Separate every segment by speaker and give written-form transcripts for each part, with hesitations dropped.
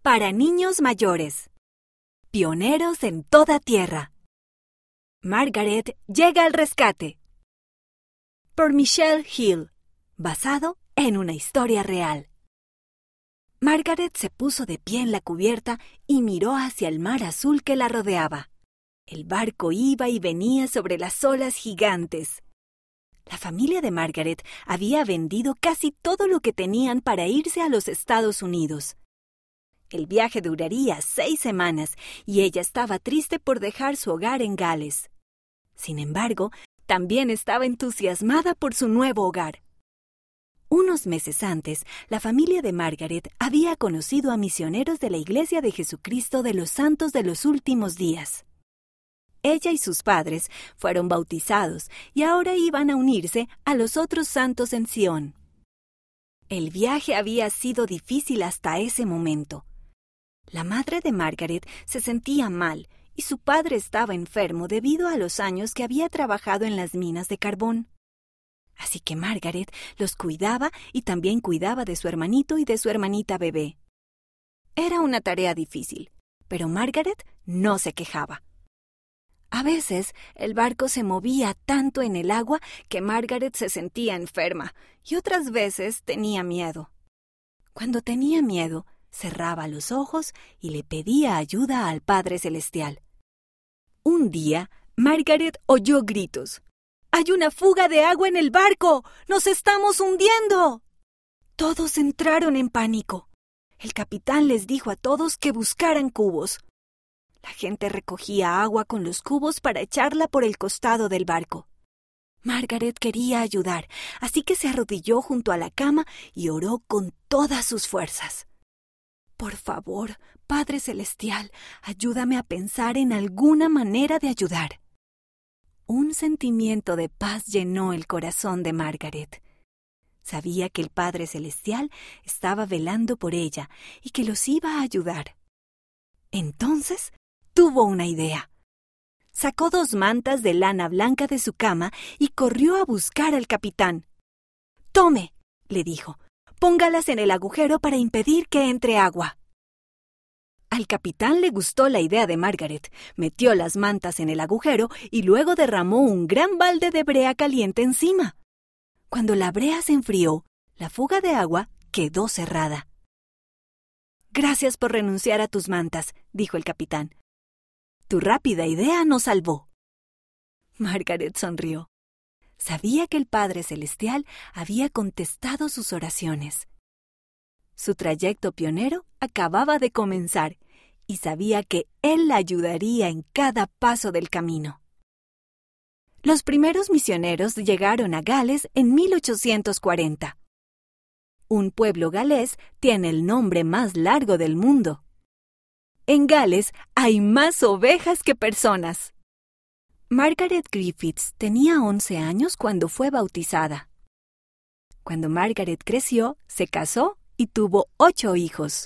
Speaker 1: Para niños mayores. Pioneros en toda tierra. Margaret llega al rescate. Por Michelle Hill, basado en una historia real. Margaret se puso de pie en la cubierta y miró hacia el mar azul que la rodeaba. El barco iba y venía sobre las olas gigantes. La familia de Margaret había vendido casi todo lo que tenían para irse a los Estados Unidos. El viaje duraría 6 semanas y ella estaba triste por dejar su hogar en Gales. Sin embargo, también estaba entusiasmada por su nuevo hogar. Unos meses antes, la familia de Margaret había conocido a misioneros de la Iglesia de Jesucristo de los Santos de los Últimos Días. Ella y sus padres fueron bautizados y ahora iban a unirse a los otros santos en Sion. El viaje había sido difícil hasta ese momento. La madre de Margaret se sentía mal y su padre estaba enfermo debido a los años que había trabajado en las minas de carbón. Así que Margaret los cuidaba y también cuidaba de su hermanito y de su hermanita bebé. Era una tarea difícil, pero Margaret no se quejaba. A veces el barco se movía tanto en el agua que Margaret se sentía enferma y otras veces tenía miedo. Cuando tenía miedo, cerraba los ojos y le pedía ayuda al Padre Celestial. Un día, Margaret oyó gritos. ¡Hay una fuga de agua en el barco! ¡Nos estamos hundiendo! Todos entraron en pánico. El capitán les dijo a todos que buscaran cubos. La gente recogía agua con los cubos para echarla por el costado del barco. Margaret quería ayudar, así que se arrodilló junto a la cama y oró con todas sus fuerzas. Por favor, Padre Celestial, ayúdame a pensar en alguna manera de ayudar. Un sentimiento de paz llenó el corazón de Margaret. Sabía que el Padre Celestial estaba velando por ella y que los iba a ayudar. Entonces, tuvo una idea. Sacó 2 mantas de lana blanca de su cama y corrió a buscar al capitán. «Tome», le dijo, «póngalas en el agujero para impedir que entre agua». Al capitán le gustó la idea de Margaret, metió las mantas en el agujero y luego derramó un gran balde de brea caliente encima. Cuando la brea se enfrió, la fuga de agua quedó cerrada. «Gracias por renunciar a tus mantas», dijo el capitán. «Tu rápida idea nos salvó». Margaret sonrió. Sabía que el Padre Celestial había contestado sus oraciones. Su trayecto pionero acababa de comenzar y sabía que Él la ayudaría en cada paso del camino. Los primeros misioneros llegaron a Gales en 1840. Un pueblo galés tiene el nombre más largo del mundo. En Gales hay más ovejas que personas. Margaret Griffiths tenía 11 años cuando fue bautizada. Cuando Margaret creció, se casó y tuvo 8 hijos.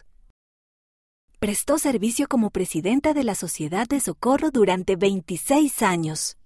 Speaker 1: Prestó servicio como presidenta de la Sociedad de Socorro durante 26 años.